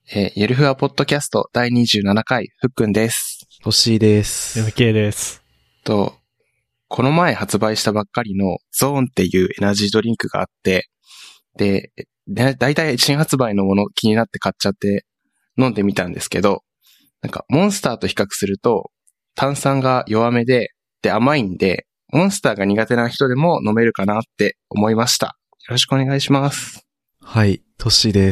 ゆるふわポッドキャスト第27回、ふっくんです。 トッシーです。 MK です。 この前発売したばっかりのゾーンっていうエナジードリンクがあって、で、だいたい新発売のもの気になって買っちゃって飲んでみたんですけど、なんかモンスターと比較すると炭酸が弱めで甘いんで、モンスターが苦手な人でも飲めるかなって思いました。よろしくお願いします。 はい、トッシーです。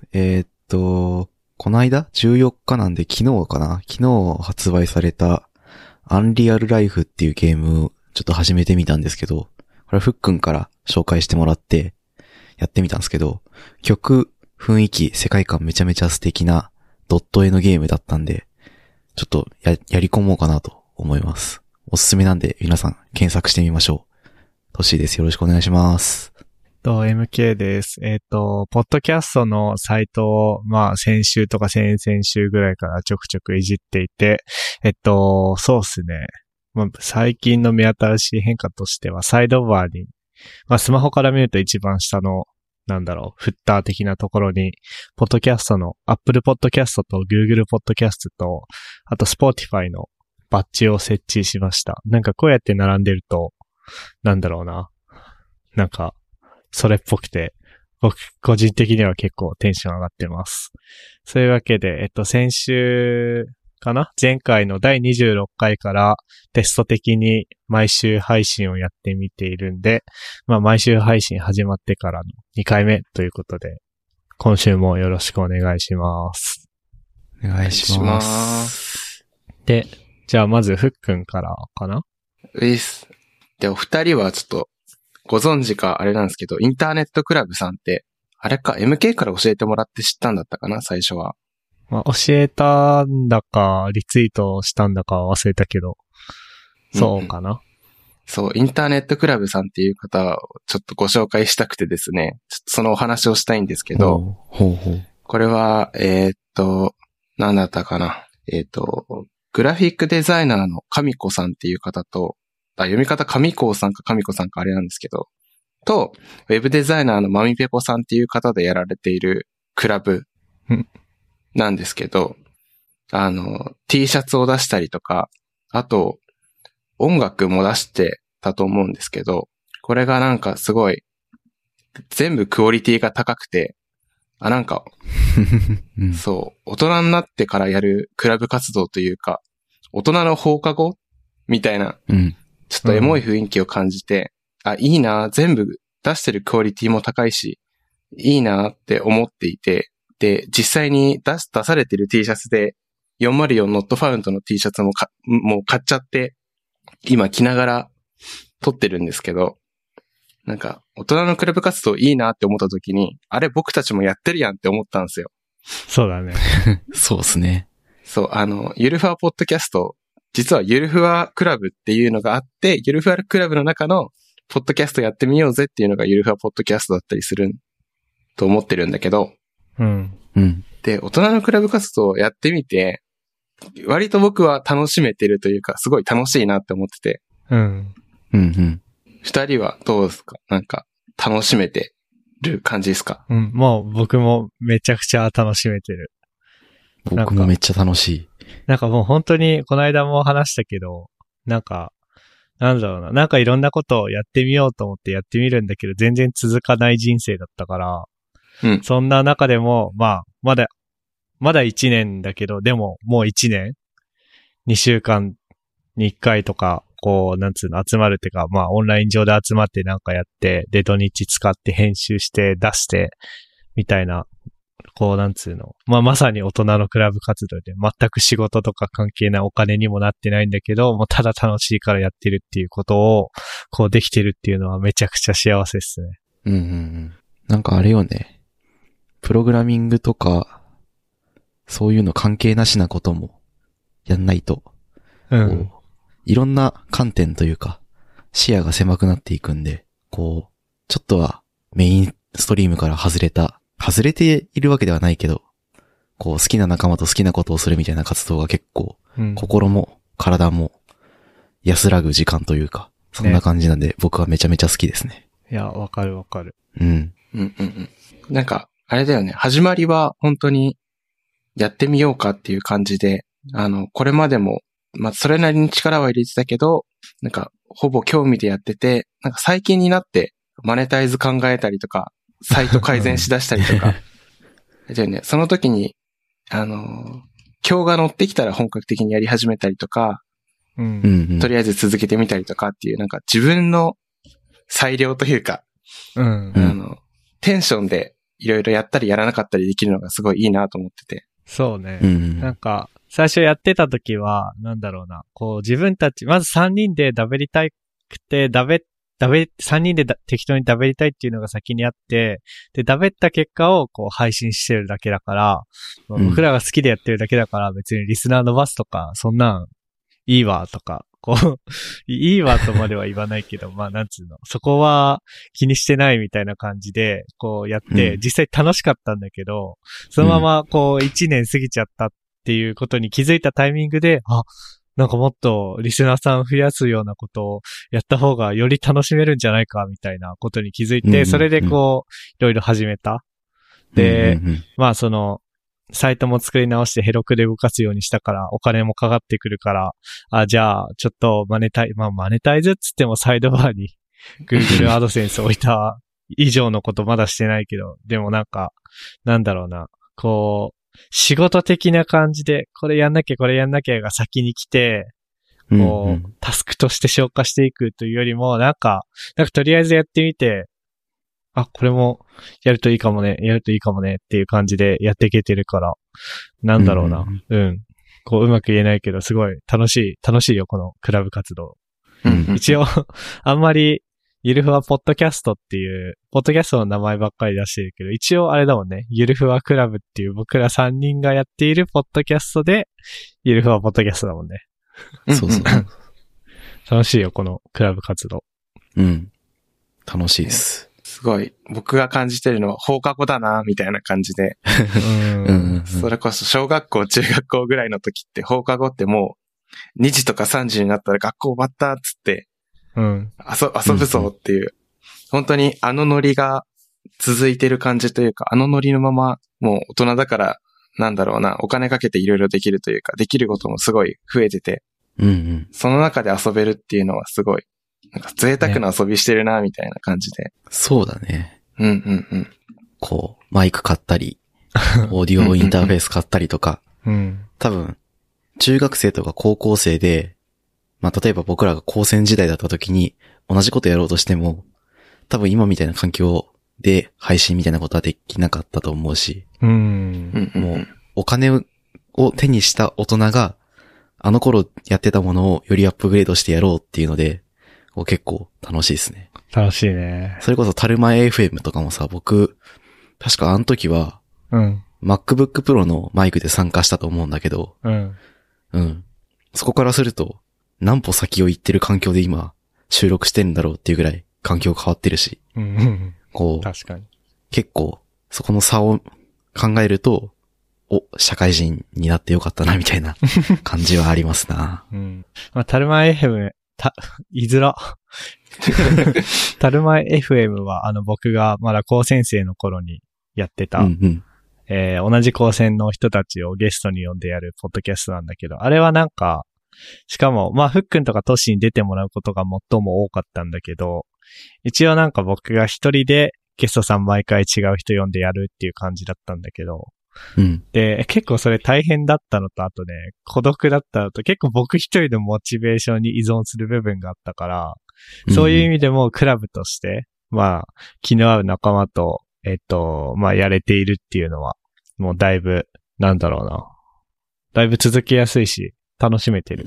この間14日なんで昨日発売されたアンリアルライフっていうゲームをちょっと始めてみたんですけど、これはふっくんから紹介してもらってやってみたんですけど、曲、雰囲気、世界観めちゃめちゃ素敵なドット絵のゲームだったんで、ちょっとやり込もうかなと思います。おすすめなんで皆さん検索してみましょう。トッシーです。よろしくお願いします。 MK です。ポッドキャストのサイトを、先週とか先々週ぐらいからちょくちょくいじっていて、そうっすね。最近の目新しい変化としては、サイドバーに、スマホから見ると一番下の、フッター的なところに、ポッドキャストの、Apple Podcast と Google Podcast と、あと Spotify のバッジを設置しました。こうやって並んでると、それっぽくて、僕個人的には結構テンション上がってます。そういうわけで、先週かな？前回の第26回からテスト的に毎週配信をやってみているんで、毎週配信始まってからの2回目ということで、今週もよろしくお願いします。 お願いします。 で、じゃあまずふっくんからかな？ で、お二人はちょっと、ご存知かあれなんですけど、インターネットクラブさんって、あれか、MK から教えてもらって知ったんだったかな、最初は。 教えたんだか、リツイートしたんだか忘れたけど、そうかな。 そう、インターネットクラブさんっていう方をちょっとご紹介したくてですね、ちょっとそのお話をしたいんですけど、これは、なんだったかな。グラフィックデザイナーの神子さんっていう方と、読み方神子さんか神子さんかあれなんですけど、と、ウェブデザイナーのマミペポさんっていう方でやられているクラブなんですけど、T シャツを出したりとか、あと、音楽も出してたと思うんですけど、これがすごい、全部クオリティが高くて、そう、大人になってからやるクラブ活動というか、大人の放課後みたいな、ちょっとエモい雰囲気を感じて、いいな、全部出してるクオリティも高いし、いいなって思っていて、で、実際に出されてる T シャツで、404 Not Found の T シャツももう買っちゃって、今着ながら撮ってるんですけど、大人のクラブ活動いいなって思った時に、あれ僕たちもやってるやんって思ったんですよ。 そうだね。 そうですね。 そう、ゆるふわポッドキャスト、実はゆるふわクラブっていうのがあって、ゆるふわクラブの中のポッドキャストやってみようぜっていうのがゆるふわポッドキャストだったりすると思ってるんだけど、で、大人のクラブ活動をやってみて、割と僕は楽しめてるというか、すごい楽しいなって思ってて。二人はどうですか？楽しめてる感じですか？ もう僕もめちゃくちゃ楽しめてる。 僕もめっちゃ楽しい。 もう本当にこの間も話したけど、いろんなことをやってみようと思ってやってみるんだけど、全然続かない人生だったから、そんな中でも、まだ1年だけど、でももう1年 ?2 週間に1回とか、集まるってか、オンライン上で集まってやって、で、土日使って編集して出して、みたいな、まさに大人のクラブ活動で、全く仕事とか関係ないお金にもなってないんだけど、もうただ楽しいからやってるっていうことを、できてるっていうのはめちゃくちゃ幸せですね。 あれよね。プログラミングとか、そういうの関係なしなこともやんないと、いろんな観点というか、視野が狭くなっていくんで、ちょっとはメインストリームから外れているわけではないけど、好きな仲間と好きなことをするみたいな活動が結構、心も体も安らぐ時間というか、そんな感じなんで、僕はめちゃめちゃ好きですね。 いや、わかるわかる。 あれだよね。始まりは本当にやってみようかっていう感じで、これまでも、まあ、それなりに力は入れてたけど、なんか、ほぼ興味でやってて、なんか最近になって、マネタイズ考えたりとか、サイト改善しだしたりとか、でね、その時に、今日が乗ってきたら本格的にやり始めたりとか、 うん、 とりあえず続けてみたりとかっていう、なんか自分の裁量というか、 うん、 テンションでいろいろやったりやらなかったりできるのがすごいいいなと思ってて。 そうね。 うん、 なんか、最初やってた時は、なんだろうな、こう自分たち、まず3人でダベりたくて、3人で適当にダベりたいっていうのが先にあって、で、ダベった結果をこう配信してるだけだから、僕らが好きでやってるだけだから別にリスナー伸ばすとか、そんなんいいわとか、こう、いいわとまでは言わないけど、まあなんつうの、そこは気にしてないみたいな感じで、こうやって、実際楽しかったんだけど、そのままこう1年過ぎちゃったっていうことに気づいたタイミングで、なんかもっとリスナーさん増やすようなことをやった方がより楽しめるんじゃないかみたいなことに気づいて、それでこう、いろいろ始めた。で、まあその、サイトも作り直してヘロクで動かすようにしたからお金もかかってくるから、じゃあちょっとマネタイズっつってもサイドバーに Google AdSense 置いた以上のことまだしてないけど、でもなんか、なんだろうな、こう、仕事的な感じで、これやんなきゃが先に来て、こう、タスクとして消化していくというよりも、なんかとりあえずやってみて、これもやるといいかもねっていう感じでやっていけてるから、なんだろうな。こう、うまく言えないけど、すごい楽しいよ、このクラブ活動。一応、あんまり、ゆるふわポッドキャストっていう、ポッドキャストの名前ばっかり出してるけど、一応あれだもんね、ゆるふわクラブっていう僕ら3人がやっているポッドキャストで、ゆるふわポッドキャストだもんね。 そうそう。 楽しいよ、このクラブ活動。 楽しいです。 すごい、僕が感じてるのは放課後だな、みたいな感じで。それこそ小学校、中学校ぐらいの時って放課後ってもう2時とか3時になったら学校終わったっつって、遊ぶぞっていう、本当にあのノリが続いてる感じというか、あのノリのままもう大人だから、なんだろうな、お金かけていろいろできるというか、できることもすごい増えてて、その中で遊べるっていうのはすごい、なんか贅沢な遊びしてるな、みたいな感じで。 そうだね。こう、マイク買ったり、オーディオインターフェース買ったりとか、多分、中学生とか高校生で、まあ、例えば僕らが高専時代だった時に同じことやろうとしても、多分今みたいな環境で配信みたいなことはできなかったと思うし、もう、お金を手にした大人が、あの頃やってたものをよりアップグレードしてやろうっていうので、結構楽しいですね。 楽しいね。 それこそタルマ FM とかもさ、僕、確かあの時は、MacBook Pro のマイクで参加したと思うんだけど、そこからすると、何歩先を行ってる環境で今、収録してるんだろうっていうぐらい環境変わってるし、こう、 確かに。 結構、そこの差を考えると、社会人になってよかったな、みたいな感じはありますな。 まあ、タルマ FM、言いづら。タルマ FM は僕がまだ高専生の頃にやってた、同じ高専の人たちをゲストに呼んでやるポッドキャストなんだけど、あれはなんか、しかも、まあ、ふっくんとかトシに出てもらうことが最も多かったんだけど、一応なんか僕が一人でゲストさん毎回違う人呼んでやるっていう感じだったんだけど、で、結構それ大変だったのと、あとね、孤独だったのと、結構僕一人のモチベーションに依存する部分があったから、そういう意味でもクラブとして、まあ、気の合う仲間と、まあ、やれているっていうのは、もうだいぶ、なんだろうな。だいぶ続けやすいし、楽しめてる。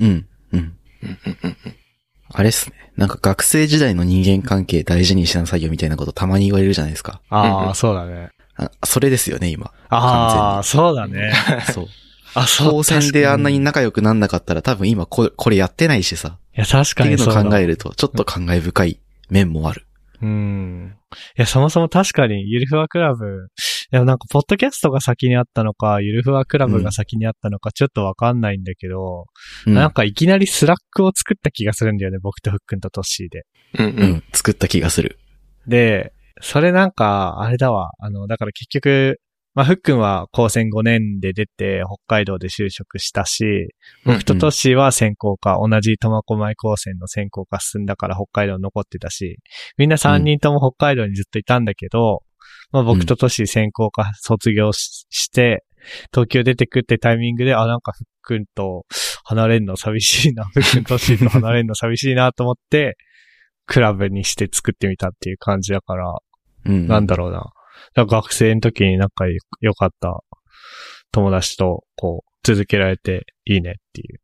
あれっすね。なんか学生時代の人間関係大事にしなさいよみたいなことたまに言われるじゃないですか。 そうだね。 それですよね、今。 そうだね。 そう。高専であんなに仲良くなんなかったら多分今これやってないしさ。 いや、確かにそうだ。っていうのを考えると、ちょっと感慨深い面もある。 いや、そもそも確かにゆるふわクラブ、でもなんかポッドキャストが先にあったのか、ゆるふわクラブが先にあったのかちょっとわかんないんだけど、なんかいきなりスラックを作った気がするんだよね、僕とふっくんとトッシーで。 作った気がする。 で、それなんか、あれだわ。だから結局、 まあ、ふっくんは高専5年で出て、北海道で就職したし、僕とトシは専攻科、同じ苫小牧高専の専攻科進んだから北海道残ってたし、みんな3人とも北海道にずっといたんだけど、まあ僕とトシ専攻科卒業して、東京出てくってタイミングで、なんかふっくんと離れんの寂しいな、ふっくんとトシと離れんの寂しいなと思って、クラブにして作ってみたっていう感じだから、なんだろうな。だから学生の時に仲良かった友達とこう続けられていいねっていう。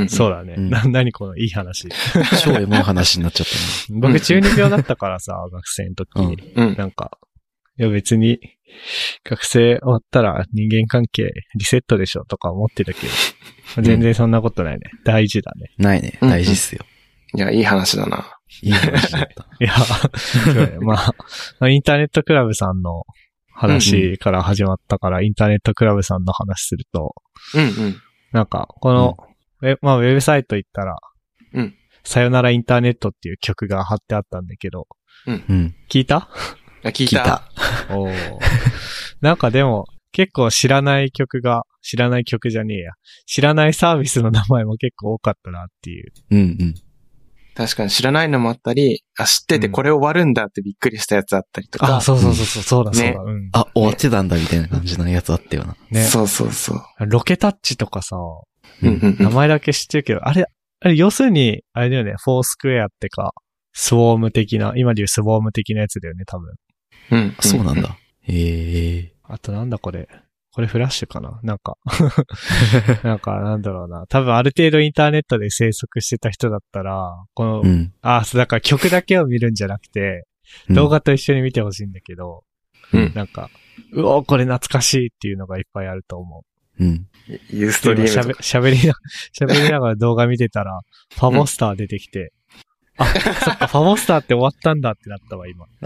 そうだね。何このいい話。 超エモい話になっちゃったね。僕中二病だったからさ、学生の時に。なんか、いや別に学生終わったら人間関係リセットでしょとか思ってたけど、全然そんなことないね。大事だね。 ないね。大事っすよ。 いや、いい話だな。 いい話だった。 いや、まあ、インターネットクラブさんの話から始まったから、インターネットクラブさんの話すると、なんか、この、まあ、ウェブサイト行ったら、さよならインターネットっていう曲が貼ってあったんだけど、聞いた？ 聞いた。 なんかでも、結構知らない曲じゃねえや。知らないサービスの名前も結構多かったなっていう。 確かに知らないのもあったり、知っててこれ終わるんだってびっくりしたやつあったりとか。 そうだ。ね、 終わってたんだみたいな感じのやつあったよな。 ね。そう。 ロケタッチとかさ、名前だけ知ってるけど、あれ、要するに、あれだよね、フォースクエアってか、スウォーム的な、今でいうスウォーム的なやつだよね、多分。 そうなんだ。 あとなんだこれフラッシュかななんか、なんだろうな。多分ある程度インターネットで生息してた人だったら、この、だから曲だけを見るんじゃなくて、動画と一緒に見てほしいんだけど、なんか、これ懐かしいっていうのがいっぱいあると思う。 ユーストリームとか。 喋りながら動画見てたら、ファボスター出てきて、そっか、ファボスターって終わったんだってなったわ、今。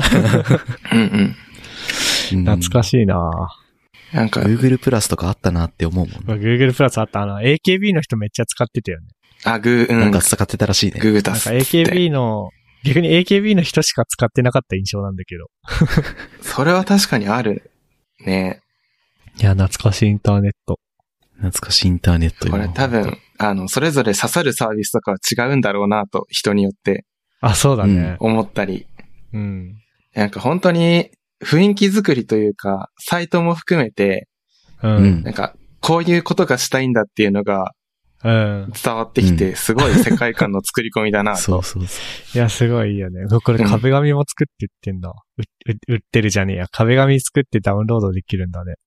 懐かしいななんか、Google プラスとかあったなって思うもん。 Google プラスあった。AKB の人めっちゃ使ってたよね。 なんか使ってたらしいね。 Google タス。 なんか AKB の、逆に AKB の人しか使ってなかった印象なんだけど。 それは確かにある。ね。 いや、懐かしいインターネット。 懐かしいインターネット。 これ多分、それぞれ刺さるサービスとかは違うんだろうなと、人によって。 そうだね。 思ったり。なんか本当に、雰囲気作りというか、サイトも含めて、なんか、こういうことがしたいんだっていうのが、伝わってきて、すごい世界観の作り込みだなと。 いや、すごいいいよね。これ壁紙も作ってってんだ。売ってるじゃねえや。壁紙作ってダウンロードできるんだね。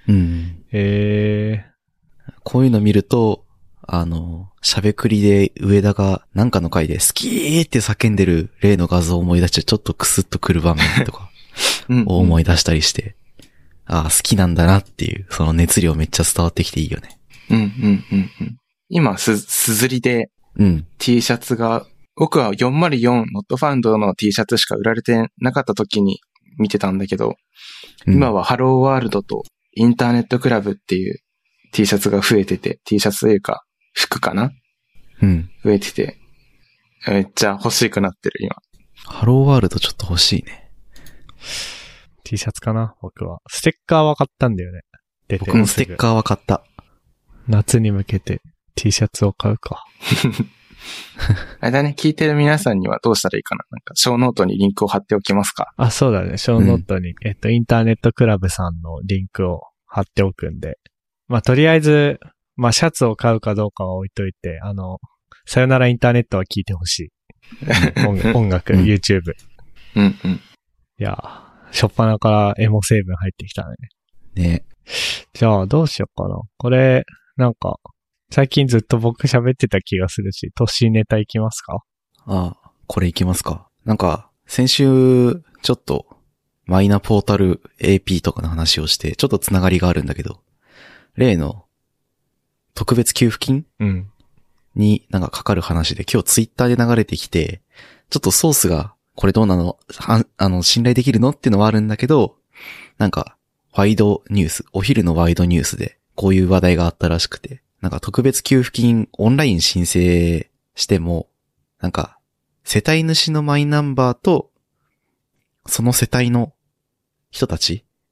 こういうの見ると、しゃべくりで上田がなんかの回で好きーって叫んでる例の画像を思い出してちょっとクスッとくる場面とかを思い出したりして、好きなんだなっていう、その熱量めっちゃ伝わってきていいよね。 今、すずりで、T シャツが、僕は404 Not Found の T シャツしか売られてなかった時に見てたんだけど、今はハローワールドとインターネットクラブっていう T シャツが増えてて、T シャツというか、服かな？増えてて、めっちゃ欲しくなってる、今。 ハローワールドちょっと欲しいね。 T シャツかな僕は。ステッカーは買ったんだよね。 僕もステッカーは買った。 夏に向けて T シャツを買うか。 あれだね、聞いてる皆さんにはどうしたらいいかななんか、ショーノートにリンクを貼っておきますか？ そうだね。ショーノートに、インターネットクラブさんのリンクを貼っておくんで。とりあえず、シャツを買うかどうかは置いといて、さよならインターネットは聞いてほしい。音楽、YouTube。いや、しょっぱなからエモ成分入ってきたね。 ね。 じゃあ、どうしようかな。これ、なんか、最近ずっと僕喋ってた気がするし、トッシーネタいきますか？ これいきますか。なんか、先週、ちょっと、マイナポータル AP とかの話をして、ちょっとつながりがあるんだけど、例の、特別給付金になんかかかる話で、今日ツイッターで流れてきて、ちょっとソースが、これどうなの？信頼できるのっていうのはあるんだけど、なんか、ワイドニュース、お昼のワイドニュースで、こういう話題があったらしくて、なんか特別給付金オンライン申請しても、なんか、世帯主のマイナンバーと、その世帯の人たち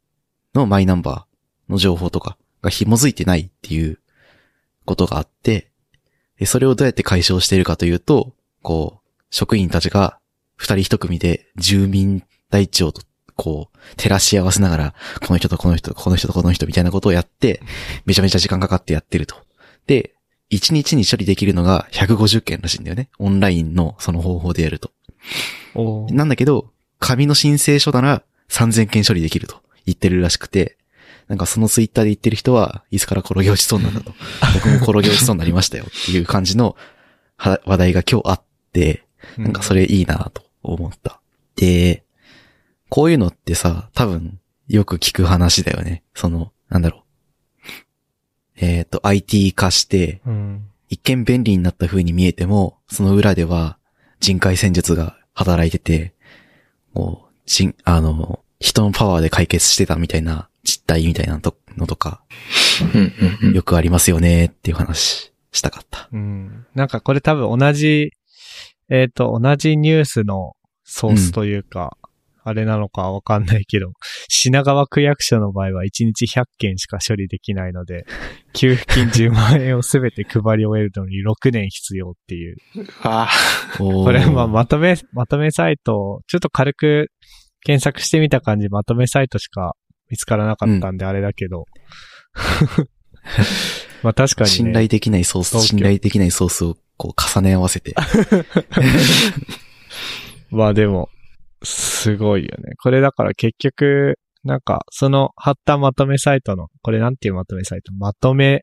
のマイナンバーの情報とかが紐づいてないっていうことがあって、それをどうやって解消しているかというと、こう、職員たちが二人一組で住民台帳とこう、照らし合わせながら、この人とこの人、この人とこの人みたいなことをやって、めちゃめちゃ時間かかってやってると。で、1日に処理できるのが150件らしいんだよね。オンラインのその方法でやると。なんだけど、紙の申請書なら3000件処理できると言ってるらしくて、なんかそのツイッターで言ってる人はいつから転げ落ちそうなんだと。僕も転げ落ちそうになりましたよっていう感じの話題が今日あって、なんかそれいいなと思った。で、こういうのってさ、多分よく聞く話だよね。なんだろう。IT 化して、一見便利になった風に見えても、その裏では人海戦術が働いてて、もう、人のパワーで解決してたみたいな実態みたいなのとか、よくありますよねっていう話したかった。 なんかこれ多分同じニュースのソースというか、あれなのかわかんないけど、品川区役所の場合は1日100件しか処理できないので、給付金10万円をすべて配り終えるのに6年必要っていう。これまとめサイト、ちょっと軽く検索してみた感じ、まとめサイトしか見つからなかったんであれだけど。まあ確かに、ね。 信頼できないソースと信頼できないソースをこう重ね合わせて。 まあでも、すごいよね。これだから結局、なんか、その貼ったまとめサイトの、これなんていうまとめサイト？まとめ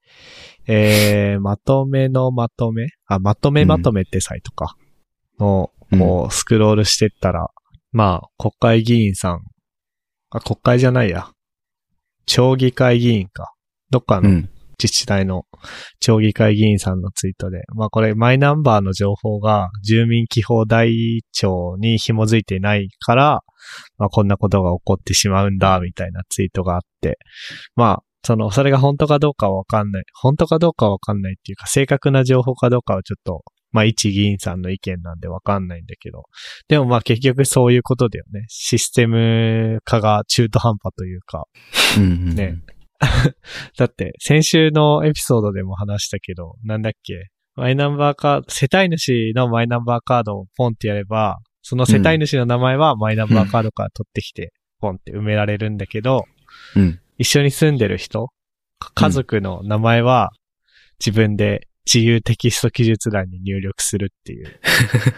ってサイトか。の、こう、スクロールしてったら、まあ、国会議員さん、国会じゃないや。町議会議員か。どっかの自治体の町議会議員さんのツイートで、まあこれマイナンバーの情報が住民基本台帳に紐づいてないから、まあこんなことが起こってしまうんだ、みたいなツイートがあって、まあ、それが本当かどうかはわかんない。本当かどうかはわかんないっていうか、正確な情報かどうかはちょっと、まあ一議員さんの意見なんでわかんないんだけど、でもまあ結局そういうことだよね。システム化が中途半端というか、ね。だって、先週のエピソードでも話したけど、なんだっけ、マイナンバーカード、世帯主のマイナンバーカードをポンってやれば、その世帯主の名前はマイナンバーカードから取ってきて、ポンって埋められるんだけど、一緒に住んでる人、家族の名前は自分で自由テキスト記述欄に入力するっていう。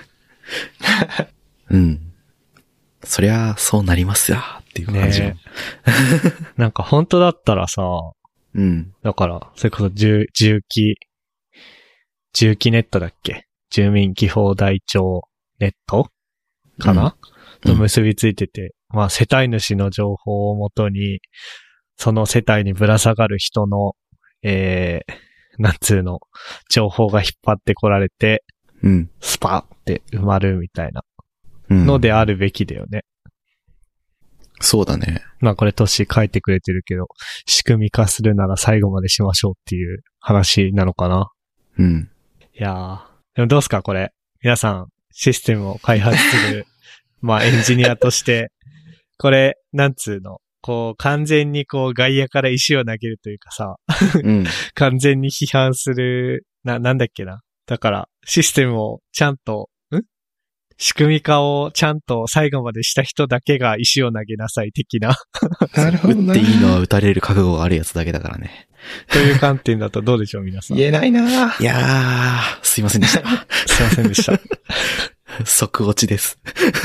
そりゃ、そうなりますよっていう感じ。 なんか本当だったらさ、だから、それこそ重機ネットだっけ？住民基本台帳ネットかな、と結びついてて、まあ世帯主の情報をもとに、その世帯にぶら下がる人の、なんつうの、情報が引っ張ってこられて、スパーって埋まるみたいなのであるべきだよね。 そうだね。 まあこれトッシー書いてくれてるけど、仕組み化するなら最後までしましょうっていう話なのかな。いやー、でもどうすかこれ。皆さん、システムを開発する、まあエンジニアとして、これ、なんつうの、こう完全にこう外野から石を投げるというかさ、完全に批判する、なんだっけな。だから、システムをちゃんと、仕組み化をちゃんと最後までした人だけが石を投げなさい的な。 なるほどな。打っていいのは打たれる覚悟があるやつだけだからね。 という観点だとどうでしょう皆さん。 言えないなぁ。 いやー、すいませんでした。 すいませんでした。 即落ちです。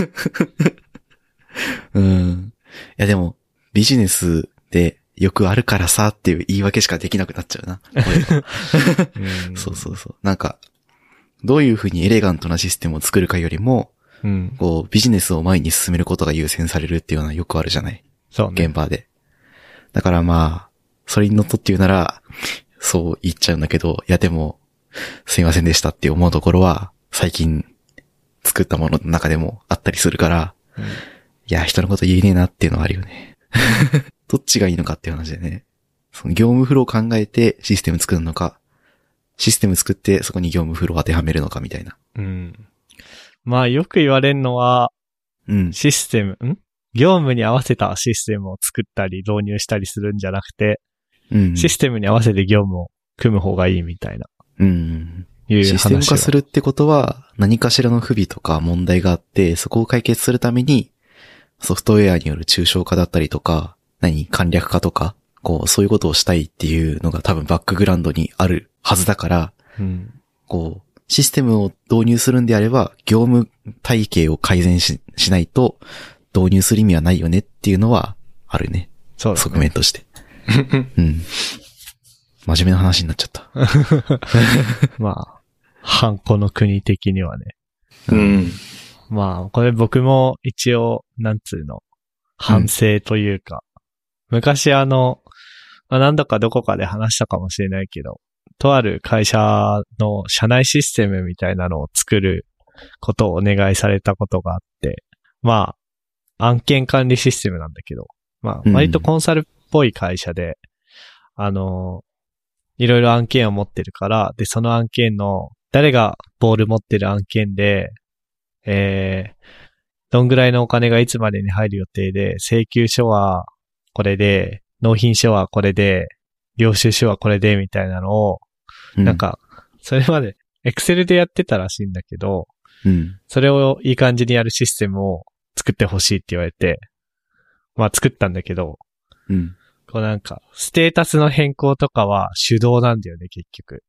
いやでも、ビジネスでよくあるからさっていう言い訳しかできなくなっちゃうな。そうそうそう。なんか、どういうふうにエレガントなシステムを作るかよりも、こう、ビジネスを前に進めることが優先されるっていうのはよくあるじゃない。 そうね。 現場で。だからまあ、それにのっとって言うなら、そう言っちゃうんだけど、いやでも、すいませんでしたって思うところは、最近作ったものの中でもあったりするから、いや、人のこと言えねえなっていうのはあるよね。どっちがいいのかっていう話でね。その業務フローを考えてシステム作るのか、システム作ってそこに業務フローを当てはめるのかみたいな。 まあよく言われるのは、システム、 業務に合わせたシステムを作ったり導入したりするんじゃなくて、システムに合わせて業務を組む方がいいみたいな。 システム化するってことは、何かしらの不備とか問題があって、そこを解決するために、ソフトウェアによる抽象化だったりとか、簡略化とか、そういうことをしたいっていうのが多分バックグラウンドにあるはずだから、システムを導入するんであれば、業務体系を改善しないと、導入する意味はないよねっていうのはあるね。 そうですね。 側面として。真面目な話になっちゃった。 まあ、ハンコの国的にはね。まあ、これ僕も一応、反省というか、昔何度かどこかで話したかもしれないけど、とある会社の社内システムみたいなのを作ることをお願いされたことがあって、まあ、案件管理システムなんだけど、まあ、割とコンサルっぽい会社で、いろいろ案件を持ってるから、で、その案件の、誰がボール持ってる案件で、どんぐらいのお金がいつまでに入る予定で、請求書はこれで、納品書はこれで、領収書はこれで、みたいなのを、それまで、Excel でやってたらしいんだけど、それをいい感じにやるシステムを作ってほしいって言われて、まあ作ったんだけど、ステータスの変更とかは手動なんだよね、結局。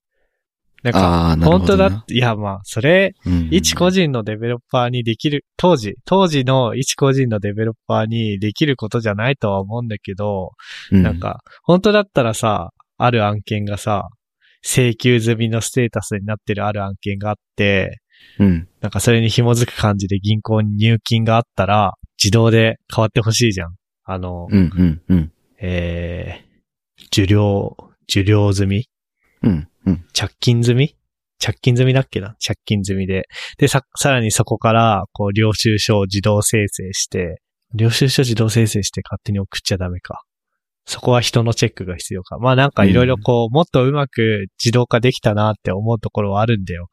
本当だって、いやまあ、それ、一個人のデベロッパーにできる、当時の一個人のデベロッパーにできることじゃないとは思うんだけど、本当だったらさ、ある案件がさ、請求済みのステータスになってるある案件があって、それに紐づく感じで銀行に入金があったら、自動で変わってほしいじゃん。受領済み着金済みだっけな着金済みで。で、さらにそこから、領収書を自動生成して、領収書自動生成して勝手に送っちゃダメか。そこは人のチェックが必要か。まあいろいろもっとうまく自動化できたなって思うところはあるんだよ。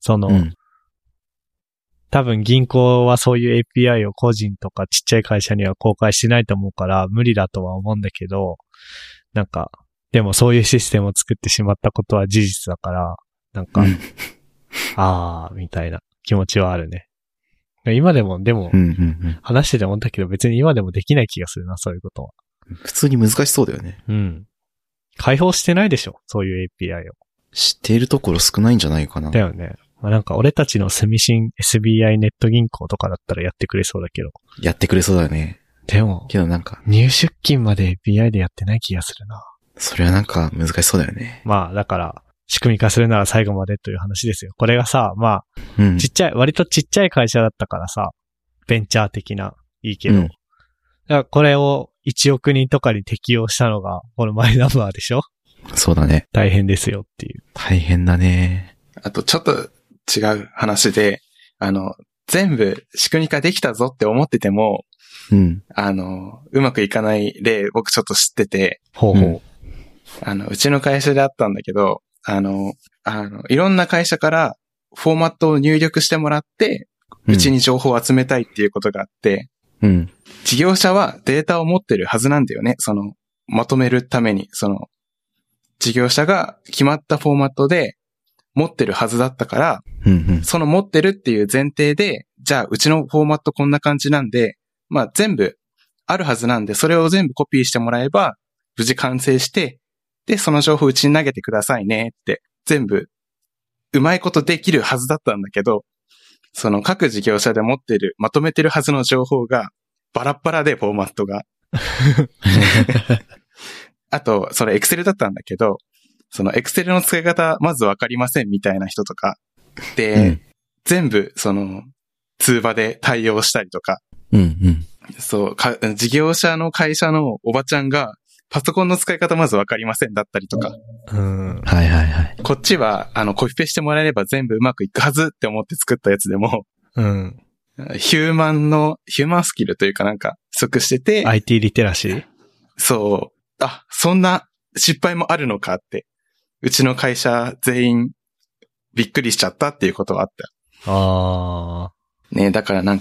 多分銀行はそういう API を個人とかちっちゃい会社には公開してないと思うから無理だとは思うんだけど、でもそういうシステムを作ってしまったことは事実だから、みたいな気持ちはあるね。今でも、話してて思ったけど別に今でもできない気がするな、そういうことは。 普通に難しそうだよね。 開放してないでしょ、そういう API を。 知っているところ少ないんじゃないかな。 だよね。俺たちの住信 SBI ネット銀行とかだったらやってくれそうだけど。 やってくれそうだよね。 でも、入出金まで API でやってない気がするな。 それは難しそうだよね。 まあ、だから、仕組み化するなら最後までという話ですよ。これがさ、まあ、割とちっちゃい会社だったからさ、ベンチャー的な、いいけど。だからこれを1億人とかに適用したのが、このマイナンバーでしょ？ そうだね。 大変ですよっていう。 大変だね。 あと、ちょっと違う話で、全部仕組み化できたぞって思ってても、うまくいかない例、僕ちょっと知ってて、うちの会社であったんだけど、いろんな会社からフォーマットを入力してもらって、うちに情報を集めたいっていうことがあって、事業者はデータを持ってるはずなんだよね。まとめるために、事業者が決まったフォーマットで持ってるはずだったから、その持ってるっていう前提で、じゃあうちのフォーマットこんな感じなんで、まあ全部あるはずなんで、それを全部コピーしてもらえば、無事完成して、で、その情報うちに投げてくださいねって、全部、うまいことできるはずだったんだけど、各事業者で持ってる、まとめてるはずの情報が、バラッバラでフォーマットが。あと、それ Excel だったんだけど、Excel の使い方、まずわかりませんみたいな人とか、で、全部、通話で対応したりとか、事業者の会社のおばちゃんが、パソコンの使い方まずわかりませんだったりとか。こっちは、コピペしてもらえれば全部うまくいくはずって思って作ったやつでも、ヒューマンスキルというか不足してて。 IT リテラシー？ そう。そんな失敗もあるのかって。うちの会社全員びっくりしちゃったっていうことはあった。 ああ。 ね、だから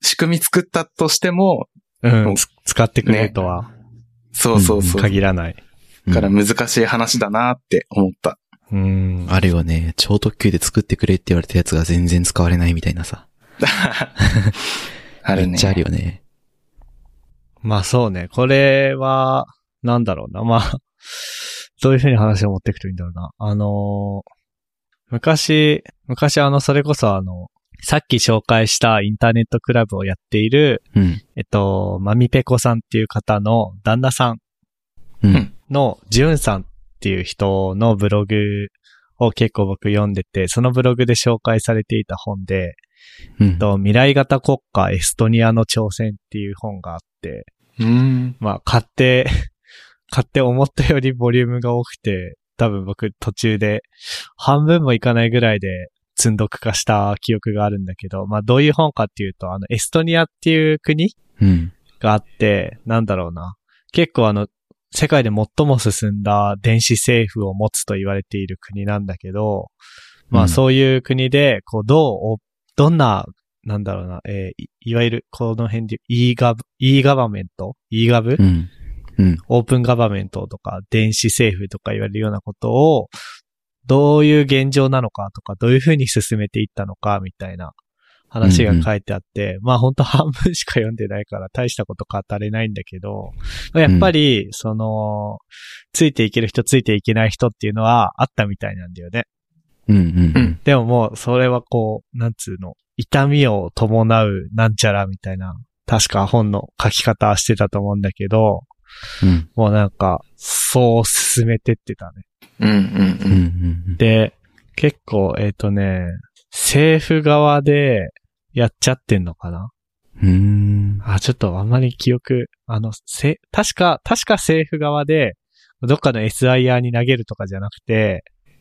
仕組み作ったとしても、 使ってくれるとは、ね。 そうそうそう。 限らない。 から難しい話だなって思った。 あれはね、超特急で作ってくれって言われたやつが全然使われないみたいなさ。 あるね。 めっちゃあるよね。 まあそうね。これは、なんだろうな。まあ、どういう風に話を持っていくといいんだろうな。昔それこそさっき紹介したインターネットクラブをやっている、マミペコさんっていう方の旦那さんのジュンさんっていう人のブログを結構僕読んでて、そのブログで紹介されていた本で、未来型国家エストニアの挑戦っていう本があって、まあ買って思ったよりボリュームが多くて、多分僕途中で半分もいかないぐらいで積んどく化した記憶があるんだけど、まあどういう本かっていうと、エストニアっていう国があって、なんだろうな。結構世界で最も進んだ電子政府を持つと言われている国なんだけど、まあそういう国で、こうどんな、なんだろうな、いわゆるこの辺でe ガバメント e ガブオープンガバメントとか電子政府とか言われるようなことをどういう現状なのかとかどういうふうに進めていったのかみたいな話が書いてあって、まあ本当半分しか読んでないから大したこと語れないんだけど、やっぱりついていける人ついていけない人っていうのはあったみたいなんだよね。でももうそれはこうなんつうの痛みを伴うなんちゃらみたいな確か本の書き方してたと思うんだけど、もうなんか、そう進めてってたね。で、結構、政府側でやっちゃってんのかな？ちょっとあんまり記憶、確か政府側で、どっかの SIR に投げるとかじゃなくて、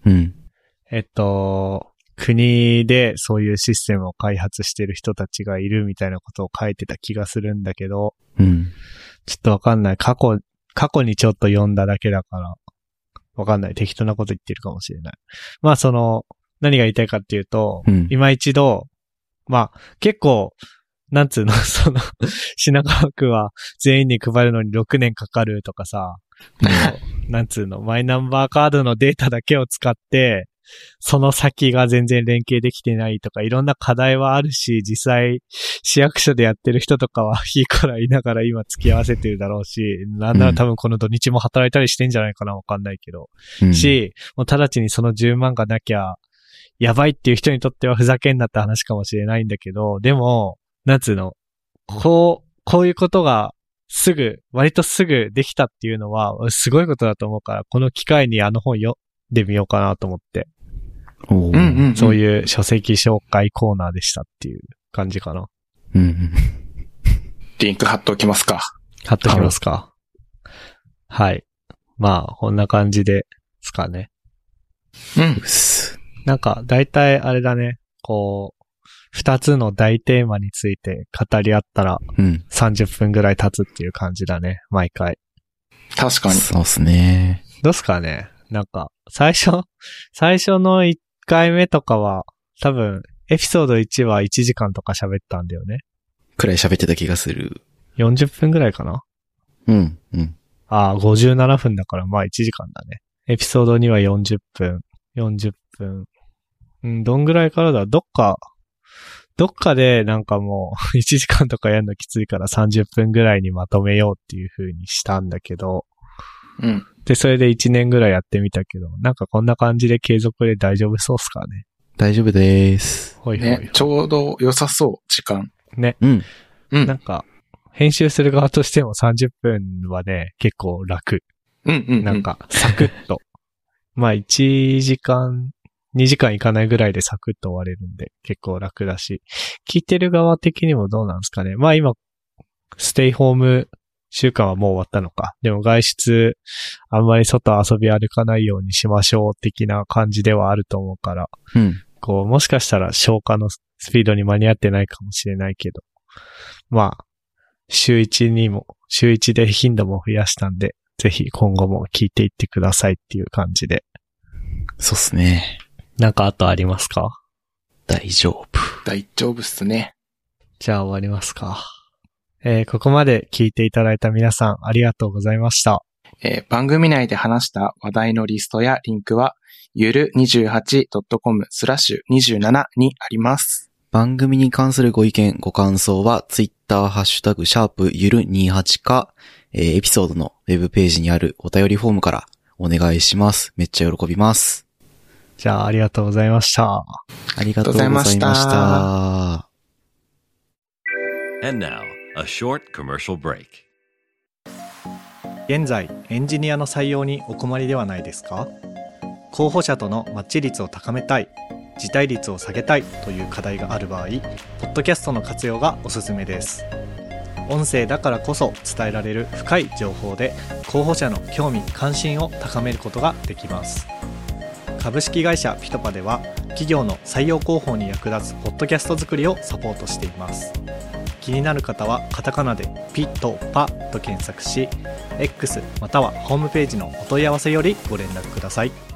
国でそういうシステムを開発してる人たちがいるみたいなことを書いてた気がするんだけど、ちょっとわかんない。過去にちょっと読んだだけだから、わかんない。適当なこと言ってるかもしれない。まあ何が言いたいかっていうと、今一度、まあ結構、なんつうの、品川区は全員に配るのに6年かかるとかさ、なんつうの、マイナンバーカードのデータだけを使って、その先が全然連携できてないとかいろんな課題はあるし、実際市役所でやってる人とかはいいからいながら今付き合わせてるだろうし、なんなら多分この土日も働いたりしてんじゃないかなわかんないけど、もう直ちにその10万がなきゃやばいっていう人にとってはふざけんなって話かもしれないんだけど、でも、なんつうの、こういうことが割とすぐできたっていうのはすごいことだと思うから、この機会に本読んでみようかなと思って。そういう書籍紹介コーナーでしたっていう感じかな。 リンク貼っておきますか。 貼っておきますか。はい。まあ、こんな感じですかね。なんか、だいたいあれだね。こう、二つの大テーマについて語り合ったら、30分ぐらい経つっていう感じだね。毎回。 確かに。 そうっすね。 どうすかね。なんか、最初の1回目とかは、多分、エピソード1は1時間とか喋ったんだよね。 くらい喋ってた気がする。 40分ぐらいかな？57分だからまあ1時間だね。エピソード2は40分。どんぐらいからだ？どっかでなんかもう1時間とかやるのきついから30分ぐらいにまとめようっていう風にしたんだけど、で、それで1年ぐらいやってみたけど、なんかこんな感じで継続で大丈夫そうっすかね。 大丈夫です。 ね、ちょうど良さそう、時間。 ね。なんか、編集する側としても30分はね、結構楽。なんか、サクッと。まあ1時間、2時間いかないぐらいでサクッと終われるんで、結構楽だし。聞いてる側的にもどうなんですかね。まあ今、ステイホーム週間はもう終わったのか。でも外出、あんまり外遊び歩かないようにしましょう的な感じではあると思うから、こう、もしかしたら消化のスピードに間に合ってないかもしれないけど、まあ、週1で頻度も増やしたんで、ぜひ今後も聞いていってくださいっていう感じで。 そうっすね。 なんかあとありますか？ 大丈夫っすね。 じゃあ終わりますか。ここまで聞いていただいた皆さんありがとうございました。 番組内で話した話題のリストやリンクは、ゆる 28.com/27 にあります。 番組に関するご意見、ご感想は、ツイッターハッシュタグ、ゆる28か、エピソードのウェブページにあるお便りフォームからお願いします。めっちゃ喜びます。 じゃあ、ありがとうございました。 ありがとうございました。 And now, a short commercial break. 現在、エンジニアの採用にお困りではないですか？候補者とのマッチ率を高めたい、辞退率を下げたいという課題がある場合、ポッドキャストの活用がおすすめです。音声だからこそ伝えられる深い情報で、候補者の興味・関心を高めることができます。株式会社ピトパでは、企業の採用広報に役立つポッドキャスト作りをサポートしています。気になる方はカタカナでピトパと検索し、X またはホームページのお問い合わせよりご連絡ください。